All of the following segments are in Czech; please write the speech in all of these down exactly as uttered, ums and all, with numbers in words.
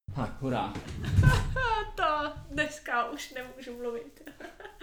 Tak, hurá. To dneska už nemůžu mluvit.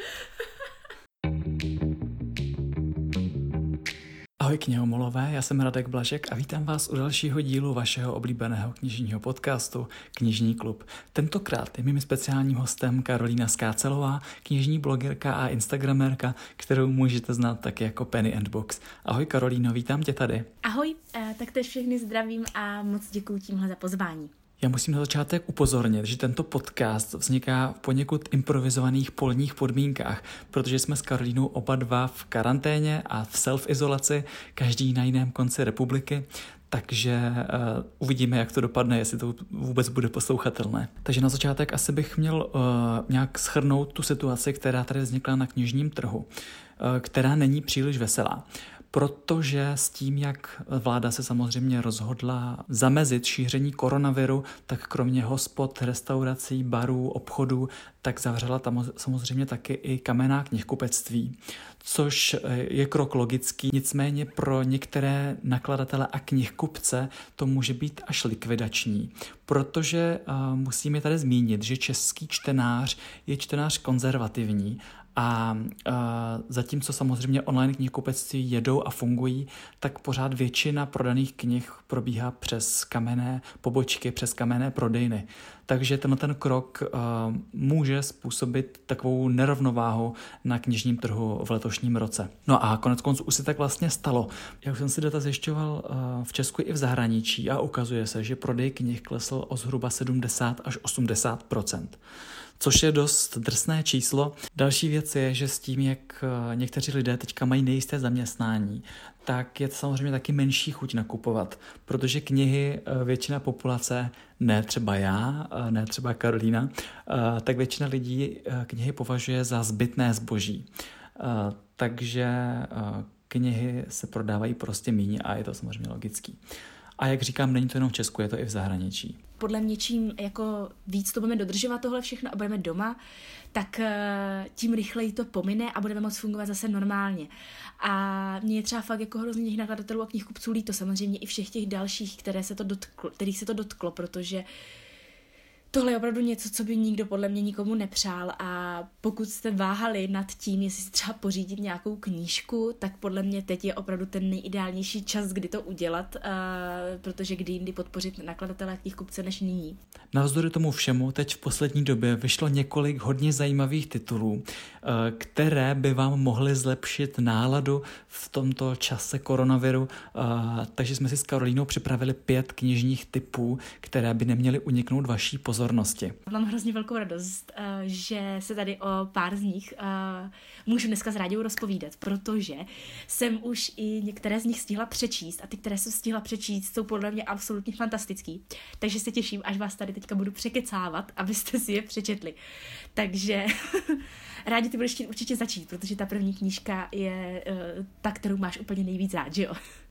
Ahoj knihomolové, já jsem Radek Blažek a vítám vás u dalšího dílu vašeho oblíbeného knižního podcastu Knižní klub. Tentokrát je mým speciálním hostem Karolína Skácelová, knižní blogerka a instagramerka, kterou můžete znát taky jako Penny and Books. Ahoj Karolíno, vítám tě tady. Ahoj, tak teď všechny zdravím a moc děkuji tímhle za pozvání. Já musím na začátek upozornit, že tento podcast vzniká v poněkud improvizovaných polních podmínkách, protože jsme s Karolínou oba dva v karanténě a v self-izolaci, každý na jiném konci republiky, takže uh, uvidíme, jak to dopadne, jestli to vůbec bude poslouchatelné. Takže na začátek asi bych měl uh, nějak shrnout tu situaci, která tady vznikla na knižním trhu, uh, která není příliš veselá. Protože s tím, jak vláda se samozřejmě rozhodla zamezit šíření koronaviru, tak kromě hospod, restaurací, barů, obchodů, tak zavřela tam samozřejmě taky i kamenná knihkupectví, což je krok logický, nicméně pro některé nakladatele a knihkupce to může být až likvidační, protože uh, musíme tady zmínit, že český čtenář je čtenář konzervativní. A uh, zatímco samozřejmě online knihkupectví jedou a fungují, tak pořád většina prodaných knih probíhá přes kamenné pobočky, přes kamenné prodejny. Takže tenhle ten krok uh, může způsobit takovou nerovnováhu na knižním trhu v letošním roce. No a konec konců už se tak vlastně stalo. Já už jsem si data zjišťoval uh, v Česku i v zahraničí a ukazuje se, že prodej knih klesl o zhruba sedmdesát až osmdesát procent. Což je dost drsné číslo. Další věc je, že s tím, jak někteří lidé teďka mají nejisté zaměstnání, tak je to samozřejmě taky menší chuť nakupovat, protože knihy většina populace, ne třeba já, ne třeba Karolína, tak většina lidí knihy považuje za zbytné zboží. Takže knihy se prodávají prostě míň a je to samozřejmě logický. A jak říkám, není to jenom v Česku, je to i v zahraničí. Podle mě čím jako víc to budeme dodržovat tohle všechno a budeme doma, tak tím rychleji to pomine a budeme moct fungovat zase normálně. A mě je třeba fakt jako hrozně těch nakladatelů a knihkupců líto, samozřejmě i všech těch dalších, které se to dotklo, kterých se to dotklo, protože tohle je opravdu něco, co by nikdo podle mě nikomu nepřál a pokud jste váhali nad tím, jestli si třeba pořídit nějakou knížku, tak podle mě teď je opravdu ten nejideálnější čas, kdy to udělat, uh, protože kdy jindy podpořit nakladatele a knihkupce než nyní. Navzdory tomu všemu teď v poslední době vyšlo několik hodně zajímavých titulů, uh, které by vám mohly zlepšit náladu v tomto čase koronaviru, uh, takže jsme si s Karolínou připravili pět knižních tipů, které by neměly uniknout vaší pozornosti. Mám hrozně velkou radost, že se tady o pár z nich můžu dneska s Ráďou rozpovídat, protože jsem už i některé z nich stihla přečíst a ty, které jsem stihla přečíst, jsou podle mě absolutně fantastický. Takže se těším, až vás tady teďka budu překecávat, abyste si je přečetli. Takže Rádi, ty budeš chtít určitě začít, protože ta první knížka je uh, ta, kterou máš úplně nejvíc rád, že jo?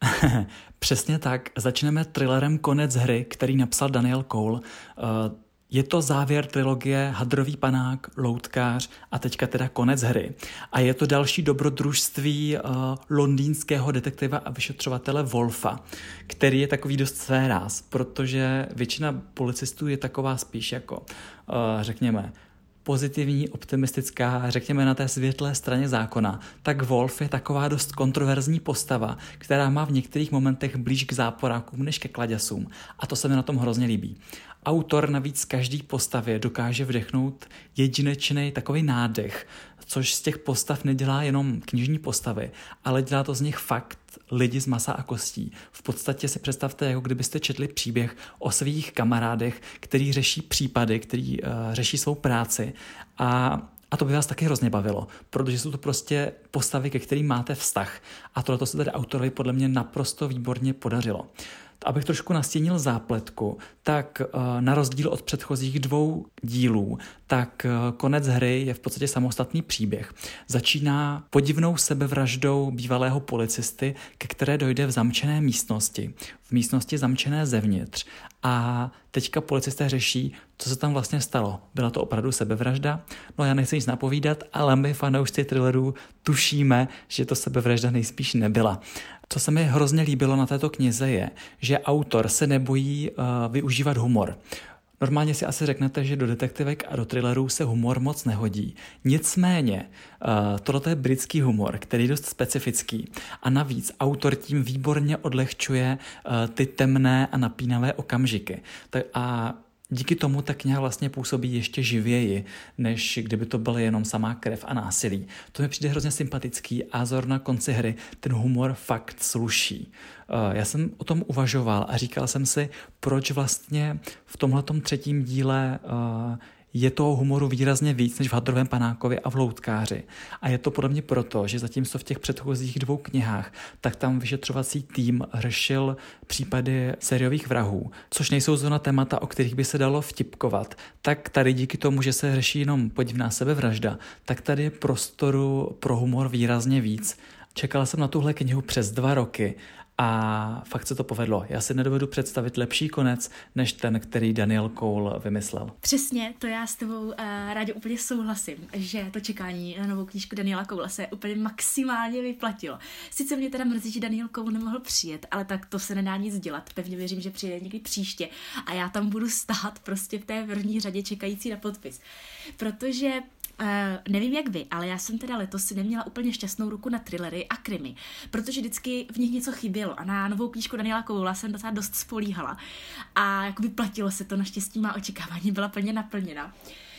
Přesně tak. Začneme thrillerem Konec hry, který napsal Daniel Cole. Uh, Je to závěr trilogie Hadrový panák, Loutkář a teďka teda Konec hry. A je to další dobrodružství uh, londýnského detektiva a vyšetřovatele Wolfa, který je takový dost své ráz, protože většina policistů je taková spíš jako, uh, řekněme, pozitivní, optimistická, řekněme na té světlé straně zákona, tak Wolf je taková dost kontroverzní postava, která má v některých momentech blíž k záporákům než ke kladěsům. A to se mi na tom hrozně líbí. Autor navíc každý postavě dokáže vdechnout jedinečný takový nádech, což z těch postav nedělá jenom knižní postavy, ale dělá to z nich fakt lidi z masa a kostí. V podstatě si představte, jako kdybyste četli příběh o svých kamarádech, který řeší případy, který uh, řeší svou práci a A to by vás taky hrozně bavilo, protože jsou to prostě postavy, ke kterým máte vztah. A tohle se tady autorovi podle mě naprosto výborně podařilo. Abych trošku nastínil zápletku, tak na rozdíl od předchozích dvou dílů, tak Konec hry je v podstatě samostatný příběh. Začíná podivnou sebevraždou bývalého policisty, ke které dojde v zamčené místnosti, v místnosti zamčené zevnitř. A teďka policisté řeší, co se tam vlastně stalo. Byla to opravdu sebevražda? No já nechci nic napovídat, ale my fanoušci thrillerů tušíme, že to sebevražda nejspíš nebyla. Co se mi hrozně líbilo na této knize je, že autor se nebojí uh, využívat humor. Normálně si asi řeknete, že do detektivek a do thrillerů se humor moc nehodí. Nicméně, tohle je britský humor, který je dost specifický a navíc autor tím výborně odlehčuje ty temné a napínavé okamžiky. A díky tomu ta kniha vlastně působí ještě živěji, než kdyby to byla jenom samá krev a násilí. To mi přijde hrozně sympatický a zrovna na konci hry ten humor fakt sluší. Já jsem o tom uvažoval a říkal jsem si, proč vlastně v tomhletom třetím díle je toho humoru výrazně víc než v Hadrovém panákovi a v Loutkáři. A je to podle mě proto, že zatímco v těch předchozích dvou knihách, tak tam vyšetřovací tým řešil případy sériových vrahů, což nejsou zóna témata, o kterých by se dalo vtipkovat. Tak tady díky tomu, že se řeší jenom podivná sebevražda, tak tady je prostoru pro humor výrazně víc. Čekala jsem na tuhle knihu přes dva roky a fakt se to povedlo. Já si nedovedu představit lepší konec, než ten, který Daniel Cole vymyslel. Přesně, to já s tebou uh, rádi úplně souhlasím, že to čekání na novou knížku Daniela Cole se úplně maximálně vyplatilo. Sice mě teda mrzí, že Daniel Cole nemohl přijet, ale tak to se nedá nic dělat. Pevně věřím, že přijde někdy příště a já tam budu stát prostě v té první řadě čekající na podpis. Protože Uh, nevím jak vy, ale já jsem teda letos si neměla úplně šťastnou ruku na thrillery a krimi, protože vždycky v nich něco chybělo a na novou knížku Daniela Coula jsem docela dost spolíhala a jako vyplatilo se to, naštěstí má očekávání byla plně naplněna.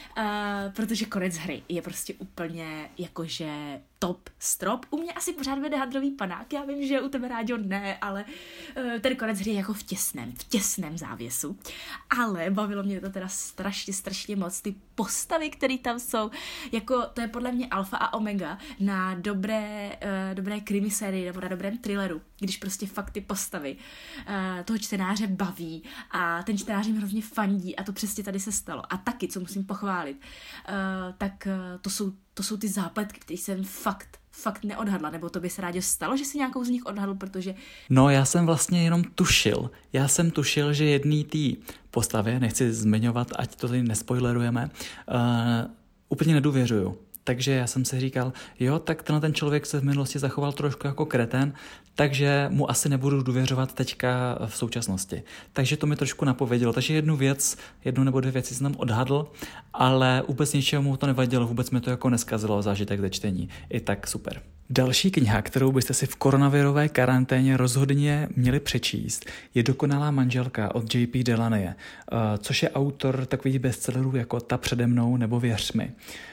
Uh, protože konec hry je prostě úplně jakože top strop. U mě asi pořád vede Hadrový panák, já vím, že u tebe Ráďo ne, ale uh, ten konec hry je jako v těsném, v těsném závěsu. Ale bavilo mě to teda strašně, strašně moc. Ty postavy, které tam jsou, jako to je podle mě alfa a omega na dobré, uh, dobré krimi sérii nebo na dobrém thrilleru, když prostě fakt ty postavy uh, toho čtenáře baví a ten čtenář jim hrozně fandí a to přesně tady se stalo. A taky, co musím pochválit, uh, tak uh, to jsou To jsou ty zápletky, které jsem fakt, fakt neodhadla. Nebo to by se rádi stalo, že si nějakou z nich odhadl, protože... No, já jsem vlastně jenom tušil. Já jsem tušil, že jedný tý postavě, nechci zmiňovat, ať to tady nespoilerujeme, uh, úplně nedůvěřuju. Takže já jsem si říkal, jo, tak tenhle ten člověk se v minulosti zachoval trošku jako kreten, takže mu asi nebudu důvěřovat teďka v současnosti. Takže to mi trošku napovědělo. Takže jednu věc, jednu nebo dvě věci jsem tam odhadl, ale vůbec ničemu to nevadilo, vůbec mi to jako neskazilo zážitek ze čtení. I tak super. Další kniha, kterou byste si v koronavirové karanténě rozhodně měli přečíst, je Dokonalá manželka od J P Delanyje, což je autor takových bestsellerů jako Ta přede mnou nebo Věř mi.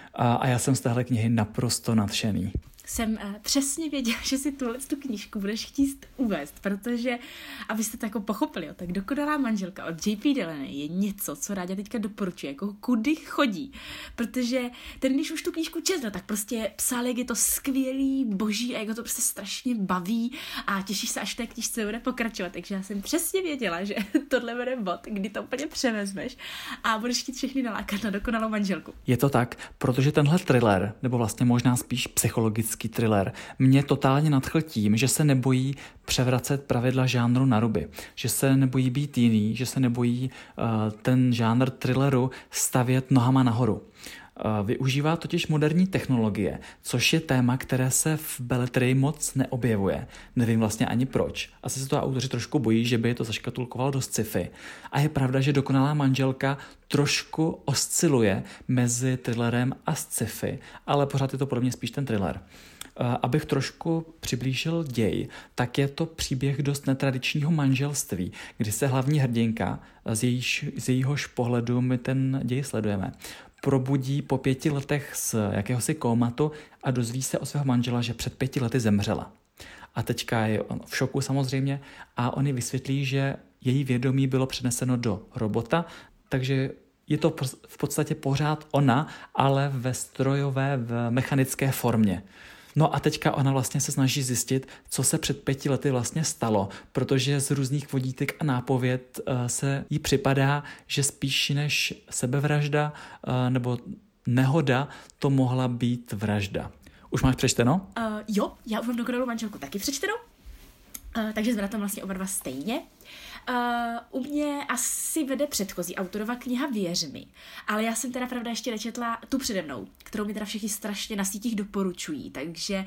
A já jsem z téhle knihy naprosto nadšený. Jsem uh, přesně věděla, že si tuhle tu knížku budeš chtít uvést, protože, abyste to jako pochopili, jo, tak Dokonalá manželka od J P Delanyje je něco, co Ráďa teďka doporučuje, jako kudy chodí, protože ten, když už tu knížku četl, tak prostě psal, jak je to skvělý, boží a jak ho to prostě strašně baví a těšíš se, až v té knížce bude pokračovat, takže já jsem přesně věděla, že tohle bude bod, kdy to úplně převezmeš a budeš chtít všechny nalákat na Dokonalou manželku. Je to tak, protože tenhle thriller, nebo vlastně možná spíš psychologický thriller, mě totálně nadchl tím, že se nebojí převracet pravidla žánru na ruby, že se nebojí být jiný, že se nebojí uh, ten žánr thrilleru stavět nohama nahoru. Uh, využívá totiž moderní technologie, což je téma, které se v beletrii moc neobjevuje. Nevím vlastně ani proč. Asi se to autoři trošku bojí, že by je to zaškatulkovalo do sci-fi. A je pravda, že Dokonalá manželka trošku osciluje mezi thrillerem a sci-fi, ale pořád je to podle mě spíš ten thriller. Abych trošku přiblížil děj, tak je to příběh dost netradičního manželství, kdy se hlavní hrdinka, z, jejíž, z jejíhož pohledu my ten děj sledujeme, probudí po pěti letech z jakéhosi kómatu a dozví se o svého manžela, že před pěti lety zemřela. A teďka je on v šoku samozřejmě a on jí vysvětlí, že její vědomí bylo přeneseno do robota, takže je to v podstatě pořád ona, ale ve strojové, v mechanické formě. No a teďka ona vlastně se snaží zjistit, co se před pěti lety vlastně stalo, protože z různých vodítek a nápověd uh, se jí připadá, že spíš než sebevražda uh, nebo nehoda to mohla být vražda. Už máš přečteno? Uh, jo, já už mám Dokonalou manželku taky přečteno, uh, takže jsme na tom vlastně oba dva stejně. Uh, u mě asi vede předchozí autorova kniha Věř mi, ale já jsem teda pravda ještě nečetla tu přede mnou, kterou mi teda všichni strašně na sítích doporučují, takže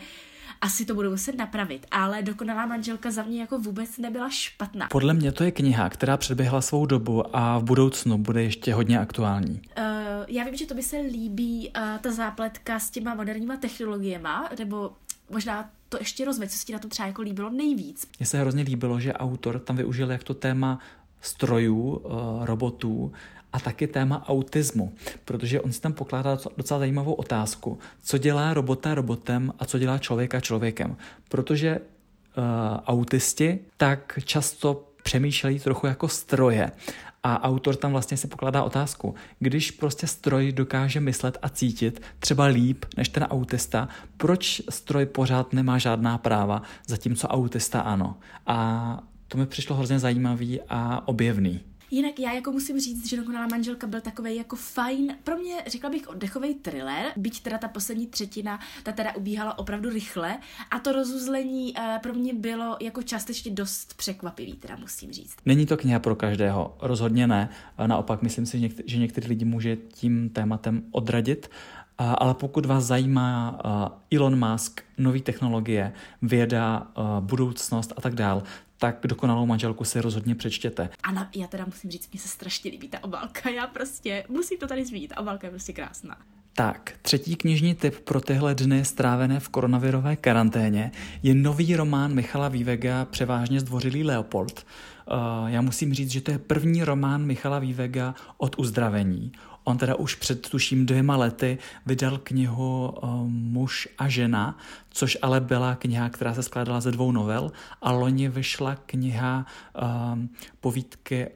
asi to budu muset napravit, ale Dokonalá manželka za mě jako vůbec nebyla špatná. Podle mě to je kniha, která předběhla svou dobu a v budoucnu bude ještě hodně aktuální. Uh, já vím, že to by se líbí uh, ta zápletka s těma moderníma technologiema, nebo možná to ještě rozveď, co se ti na to třeba jako líbilo nejvíc. Mně se hrozně líbilo, že autor tam využil jak to téma strojů, robotů a taky téma autismu, protože on si tam pokládá docela zajímavou otázku, co dělá robota robotem a co dělá člověka člověkem, protože uh, autisti tak často přemýšlejí trochu jako stroje. A autor tam vlastně si pokládá otázku, když prostě stroj dokáže myslet a cítit třeba líp než ten autista, proč stroj pořád nemá žádná práva, zatímco autista ano. A to mi přišlo hrozně zajímavý a objevný. Jinak já jako musím říct, že Dokonalá manželka byl takovej jako fajn, pro mě řekla bych oddechovej thriller, byť teda ta poslední třetina, ta teda ubíhala opravdu rychle a to rozuzlení uh, pro mě bylo jako částečně dost překvapivý, teda musím říct. Není to kniha pro každého, rozhodně ne, naopak myslím si, že některý lidi může tím tématem odradit, ale pokud vás zajímá Elon Musk, nové technologie, věda, budoucnost a tak dál, tak Dokonalou manželku si rozhodně přečtěte. A na, já teda musím říct, mně se strašně líbí ta obálka, já prostě musím to tady zmínit, ta obálka je prostě krásná. Tak, třetí knižní tip pro tyhle dny strávené v koronavirové karanténě je nový román Michala Vývega Převážně zdvořilý Leopold. Uh, já musím říct, že to je první román Michala Vývega od uzdravení. On teda už před tuším dvěma lety vydal knihu uh, Muž a žena, což ale byla kniha, která se skládala ze dvou novel a loni vyšla kniha uh, Povídky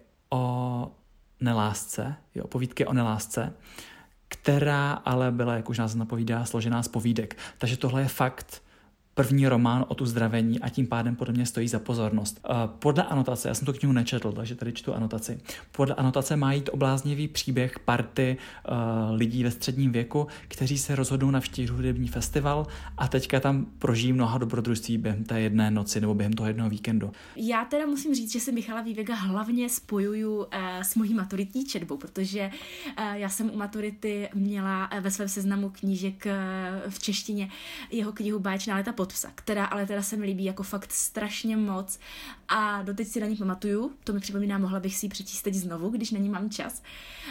o nelásce, jo, Povídky o nelásce, která ale byla, jak už nás napovídá, složená z povídek. Takže tohle je fakt první román od uzdravení a tím pádem podle mě stojí za pozornost. Podle anotace, já jsem tu knihu nečetl, takže tady čtu anotaci. Podle anotace má jít o bláznivý příběh party uh, lidí ve středním věku, kteří se rozhodnou navštívit hudební festival a teďka tam prožijí mnoha dobrodružství během té jedné noci nebo během toho jednoho víkendu. Já teda musím říct, že si Michala Vývega hlavně spojuju uh, s mojí maturitní četbou, protože uh, já jsem u maturity měla uh, ve svém seznamu knížek uh, v češtině jeho knihu Báječná léta pod psa, která ale teda se mi líbí jako fakt strašně moc a doteď si na ní pamatuju, to mi připomíná, mohla bych si ji přečíst teď znovu, když na ní mám čas.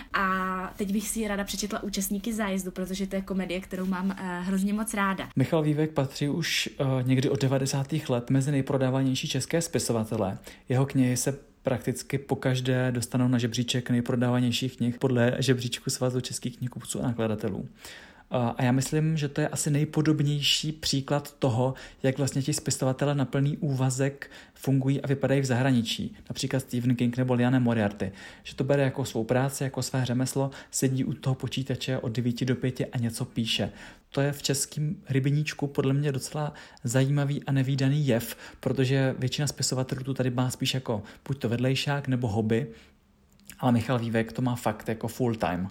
A teď bych si ji ráda přečetla Účastníky zájezdu, protože to je komedie, kterou mám uh, hrozně moc ráda. Michal Vývek patří už uh, někdy od devadesátých let mezi nejprodávanější české spisovatele. Jeho knihy se prakticky pokaždé dostanou na žebříček nejprodávanějších knih podle žebříčku Svazu českých knihkupců a nakladatelů. A já myslím, že to je asi nejpodobnější příklad toho, jak vlastně ti spisovatelé na plný úvazek fungují a vypadají v zahraničí. Například Stephen King nebo Liane Moriarty. Že to bere jako svou práci, jako své řemeslo, sedí u toho počítače od devíti do pěti a něco píše. To je v českém rybníčku podle mě docela zajímavý a nevídaný jev, protože většina spisovatelů tu tady má spíš jako buď to vedlejšák nebo hobby, ale Michal Vývek to má fakt jako full time.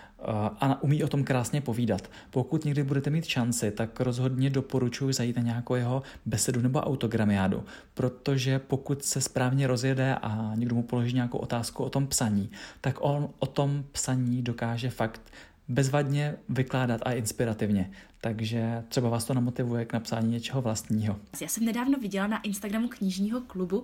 A umí o tom krásně povídat. Pokud někdy budete mít šanci, tak rozhodně doporučuji zajít na nějakou jeho besedu nebo autogramiádu, protože pokud se správně rozjede a někdo mu položí nějakou otázku o tom psaní, tak on o tom psaní dokáže fakt bezvadně vykládat a inspirativně. Takže třeba vás to namotivuje k napsání něčeho vlastního. Já jsem nedávno viděla na Instagramu knižního klubu uh,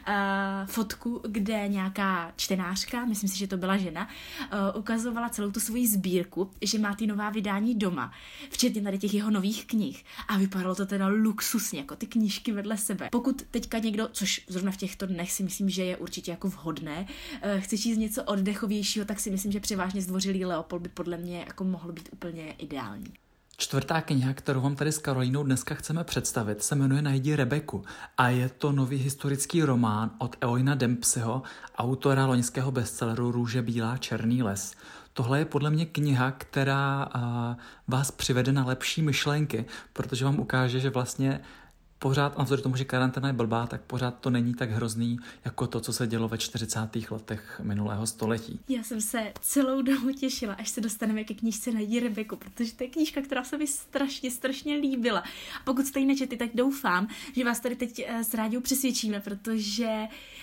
fotku, kde nějaká čtenářka, myslím si, že to byla žena, uh, ukazovala celou tu svoji sbírku, že má ty nová vydání doma, včetně tady těch jeho nových knih. A vypadalo to teda luxusně, jako ty knížky vedle sebe. Pokud teďka někdo, což zrovna v těchto dnech si myslím, že je určitě jako vhodné, uh, chce číst něco oddechovějšího, tak si myslím, že Převážně zdvořilý Leopold by podle mě jako mohl být úplně ideální. Čtvrtá kniha, kterou vám tady s Karolínou dneska chceme představit, se jmenuje Najdi Rebeku a je to nový historický román od Eoina Dempseyho, autora loňského bestselleru Růže bílá černý les. Tohle je podle mě kniha, která uh, vás přivede na lepší myšlenky, protože vám ukáže, že vlastně pořád, a vzhledem tomu, že karanténa je blbá, tak pořád to není tak hrozný, jako to, co se dělo ve čtyřicátých letech minulého století. Já jsem se celou dobu těšila, až se dostaneme ke knížce Najdi Rebeku, protože to je knížka, která se mi strašně, strašně líbila. A pokud jste ji nečetli, tak doufám, že vás tady teď s Ráďou přesvědčíme, protože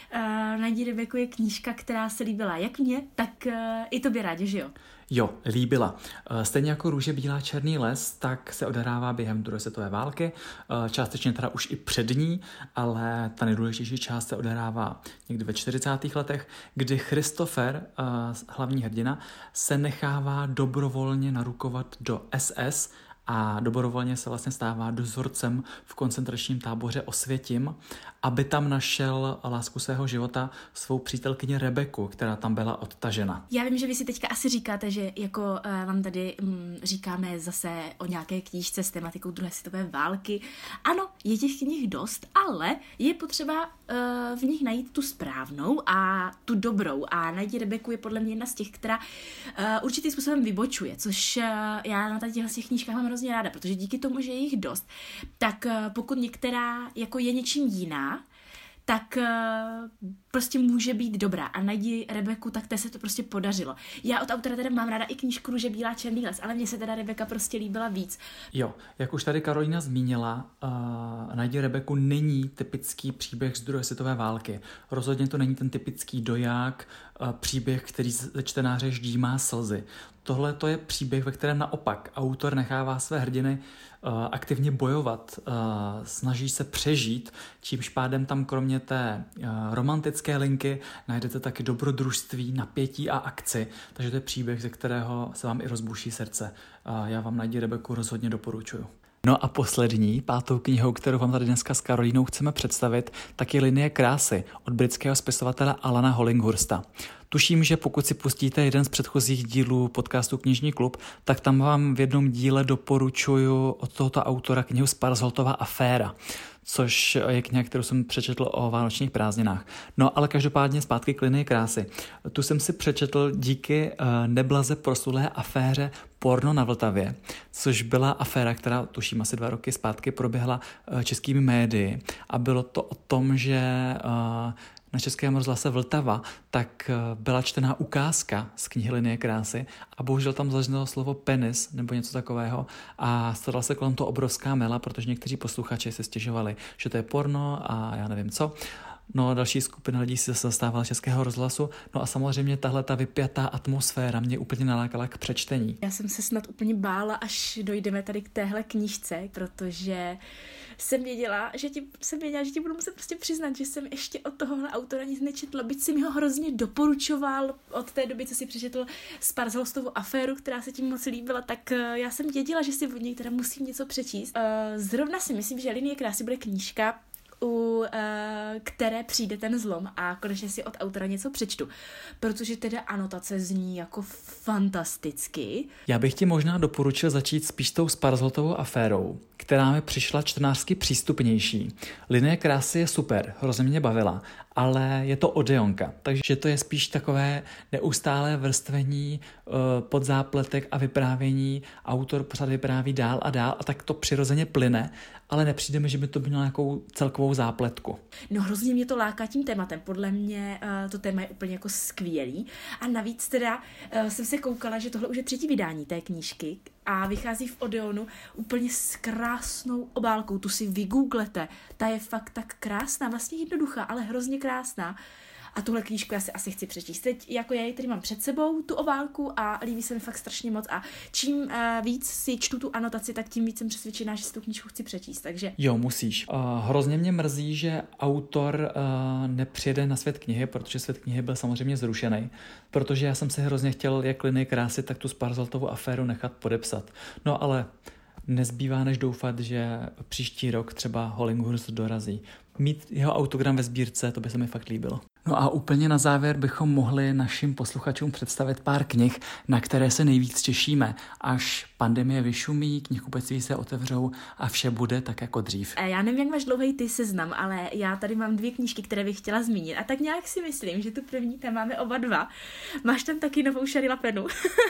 uh, Najdi Rebeku je knížka, která se líbila jak mně, tak uh, i tobě Ráďo, že jo? Jo, líbila. Stejně jako Růže bílá černý les, tak se odehrává během druhé světové války, částečně teda už i před ní, ale ta nejdůležitější část se odehrává někdy ve čtyřicátých letech, kdy Christopher, hlavní hrdina, se nechává dobrovolně narukovat do S S a dobrovolně se vlastně stává dozorcem v koncentračním táboře Osvětim, aby tam našel lásku svého života, svou přítelkyni Rebeku, která tam byla odtažena. Já vím, že vy si teďka asi říkáte, že jako uh, vám tady um, říkáme zase o nějaké knížce s tematikou druhé světové války. Ano, je těch knih dost, ale je potřeba uh, v nich najít tu správnou a tu dobrou. A Najdi Rebeku je podle mě jedna z těch, která uh, určitým způsobem vybočuje, což uh, já na těchto těch knížkách mám hrozně ráda, protože díky tomu, že je jich dost, tak uh, pokud některá jako je něčím jiná, tak uh, prostě může být dobrá. A Najdi Rebeku, tak té se to prostě podařilo. Já od autora teda mám ráda i knížku Růže bílá černý les, ale mně se teda Rebeka prostě líbila víc. Jo, jak už tady Karolína zmínila, uh, Najdi Rebeku není typický příběh z druhé světové války. Rozhodně to není ten typický doják, uh, příběh, který ze čtenáře ždímá slzy. Tohle to je příběh, ve kterém naopak autor nechává své hrdiny uh, aktivně bojovat, uh, snaží se přežít, čímž pádem tam kromě té uh, romantické linky najdete taky dobrodružství, napětí a akci, takže to je příběh, ze kterého se vám i rozbuší srdce. Uh, já vám Najdi Rebeku rozhodně doporučuju. No a poslední, pátou knihou, kterou vám tady dneska s Karolínou chceme představit, tak je Linie krásy od britského spisovatele Alana Hollinghursta. Tuším, že pokud si pustíte jeden z předchozích dílů podcastu Knižní klub, tak tam vám v jednom díle doporučuju od tohoto autora knihu Sparsholtova aféra, což je kniha, kterou jsem přečetl o vánočních prázdninách. No ale každopádně zpátky k Linii krásy. Tu jsem si přečetl díky uh, neblaze proslulé aféře Porno na Vltavě, což byla aféra, která tuším asi dva roky zpátky proběhla uh, českými médii a bylo to o tom, že uh, na Českém rozhlase Vltava, tak byla čtená ukázka z knihy Linie krásy a bohužel tam zaznělo slovo penis nebo něco takového a stala se kolem toho obrovská mela, protože někteří posluchači se stěžovali, že to je porno a já nevím co. No další skupina lidí se zastávala Českého rozhlasu, no a samozřejmě tahle ta vypjatá atmosféra mě úplně nalákala k přečtení. Já jsem se snad úplně bála, až dojdeme tady k téhle knížce, protože jsem věděla, že ti, jsem věděla, že ti budu muset prostě přiznat, že jsem ještě od tohohle autora nic nečetla, byť si mi ho hrozně doporučoval od té doby, co si přečetl Sparsholtovu aféru, která se tím moc líbila, tak já jsem věděla, že si od něj teda musím něco přečíst. Zrovna si myslím, že Linie krásy bude knížka, u uh, které přijde ten zlom a konečně si od autora něco přečtu, protože teda anotace zní jako fantasticky. Já bych ti možná doporučil začít spíš tou Sparsholtovou aférou, která mi přišla čtenářsky přístupnější. Linie krásy je super, hrozně mě bavila, ale je to odeonka, takže to je spíš takové neustálé vrstvení uh, podzápletek a vyprávění. Autor pořád vypráví dál a dál a tak to přirozeně plyne, ale nepřijde mi, že by to bylo nějakou celkovou zápletku. No hrozně mě to láká tím tématem, podle mě uh, to téma je úplně jako skvělý a navíc teda uh, jsem se koukala, že tohle už je třetí vydání té knížky a vychází v Odeonu úplně s krásnou obálkou, tu si vygooglete, ta je fakt tak krásná, vlastně jednoduchá, ale hrozně krásná. A tuhle knížku já si asi chci přečíst. Teď jako já ji tady mám před sebou, tu obálku a líbí se mi fakt strašně moc a čím uh, víc si čtu tu anotaci, tak tím víc jsem přesvědčená, že si tu knížku chci přečíst, takže... Jo, musíš. Uh, hrozně mě mrzí, že autor uh, nepřijede na svět knihy, protože svět knihy byl samozřejmě zrušený, protože já jsem se hrozně chtěl jak Linii krásy, tak tu Sparsholtovu aféru nechat podepsat. No ale nezbývá než doufat, že příští rok třeba Hollinghurst dorazí. Mít jeho autogram ve sbírce, to by se mi fakt líbilo. No a úplně na závěr bychom mohli našim posluchačům představit pár knih, na které se nejvíc těšíme, až pandemie vyšumí, knihkupectví se otevřou a vše bude tak jako dřív. Já nevím, jak máš dlouhý ty seznam, ale já tady mám dvě knížky, které bych chtěla zmínit. A tak nějak si myslím, že tu první tam máme oba dva. Máš tam taky novou Shari Lapenu.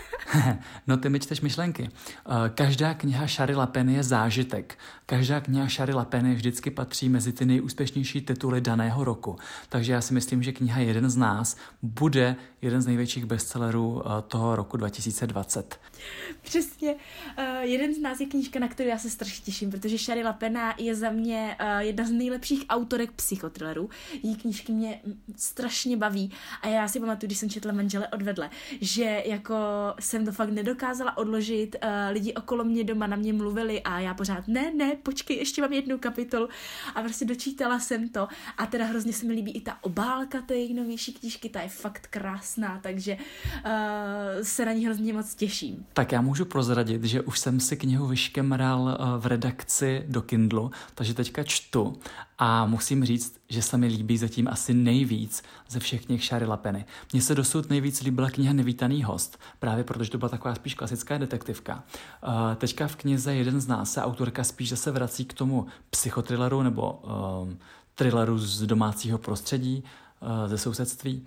No ty mi čteš myšlenky. Každá kniha Shari Lapeny je zážitek. Každá kniha Shari Lapeny vždycky patří mezi ty nejúspěšnější nejúspěšnější tituly daného roku. Takže já si myslím, že kniha Jeden z nás bude jeden z největších bestsellerů toho roku dva tisíce dvacet. Přesně. Uh, jeden z nás je knížka, na kterou já se strašně těším, protože Shari LaPena je za mě uh, jedna z nejlepších autorek psychothrillerů. Její knížky mě strašně baví a já si pamatuju, když jsem četla Manžele odvedle, že jako jsem to fakt nedokázala odložit, uh, lidi okolo mě doma na mě mluvili a já pořád ne, ne, počkej, ještě mám jednu kapitolu a prostě dočítala jsem to a teda hrozně se mi líbí i ta obálka té její novější knížky, ta je fakt krásná, takže uh, se na ní hrozně moc těším. Tak já můžu prozradit, že už jsem si knihu vyškemral v redakci do Kindlu, takže teďka čtu a musím říct, že se mi líbí zatím asi nejvíc ze všech knih Shari LaPeny. Mně se dosud nejvíc líbila kniha Nevítaný host, právě protože to byla taková spíš klasická detektivka. Teďka v knize Jeden z nás se autorka spíš zase vrací k tomu psychotrilleru nebo um, thrilleru z domácího prostředí, ze sousedství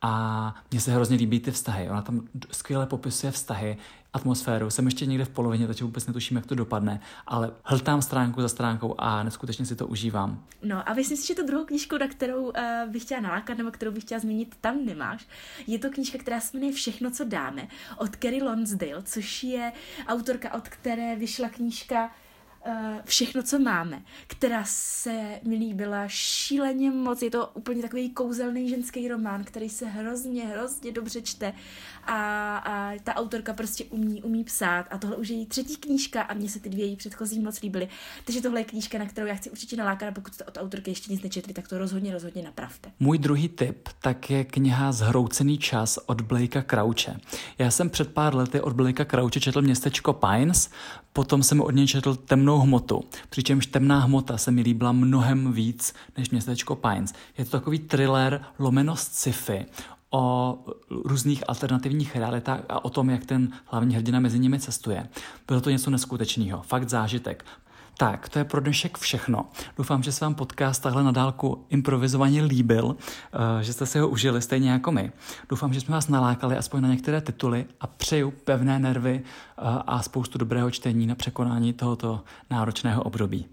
a mně se hrozně líbí ty vztahy. Ona tam skvěle popisuje vztahy, atmosféru. Jsem ještě někde v polovině, takže vůbec netuším, jak to dopadne, ale hltám stránku za stránkou a neskutečně si to užívám. No a myslím si, že tu druhou knížku, na kterou uh, bych chtěla nalákat nebo kterou bych chtěla zmínit, tam nemáš. Je to knížka, která se jmenuje Všechno, co dáme, od Carrie Lonsdale, což je autorka, od které vyšla knížka Všechno, co máme, která se mi líbila šíleně moc. Je to úplně takový kouzelný ženský román, který se hrozně, hrozně dobře čte a, a ta autorka prostě umí, umí psát a tohle už je její třetí knížka a mně se ty dvě její předchozí moc líbily. Takže tohle je knížka, na kterou já chci určitě nalákat a pokud jste od autorky ještě nic nečetli, tak to rozhodně, rozhodně napravte. Můj druhý tip tak je kniha Zhroucený čas od Blakea Crouche. Já jsem před pár lety od Blakea Crouche četl Městečko Pines, potom jsem od něj četl Temnou hmotu, přičemž Temná hmota se mi líbila mnohem víc než Městečko Pines. Je to takový thriller lomeno sci-fi o různých alternativních realitách a o tom, jak ten hlavní hrdina mezi nimi cestuje. Bylo to něco neskutečného, fakt zážitek. Tak, to je pro dnešek všechno. Doufám, že se vám podcast takhle na dálku improvizovaně líbil, že jste si ho užili stejně jako my. Doufám, že jsme vás nalákali aspoň na některé tituly a přeju pevné nervy a spoustu dobrého čtení na překonání tohoto náročného období.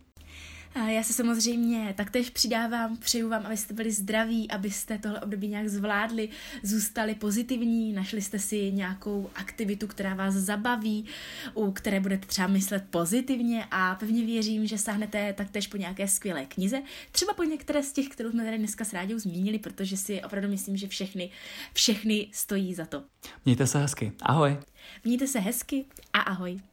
Já se samozřejmě taktéž přidávám, přeju vám, abyste byli zdraví, abyste tohle období nějak zvládli, zůstali pozitivní, našli jste si nějakou aktivitu, která vás zabaví, u které budete třeba myslet pozitivně a pevně věřím, že sáhnete taktéž po nějaké skvělé knize, třeba po některé z těch, kterou jsme tady dneska s Ráďou zmínili, protože si opravdu myslím, že všechny, všechny stojí za to. Mějte se hezky. Ahoj. Mějte se hezky a ahoj.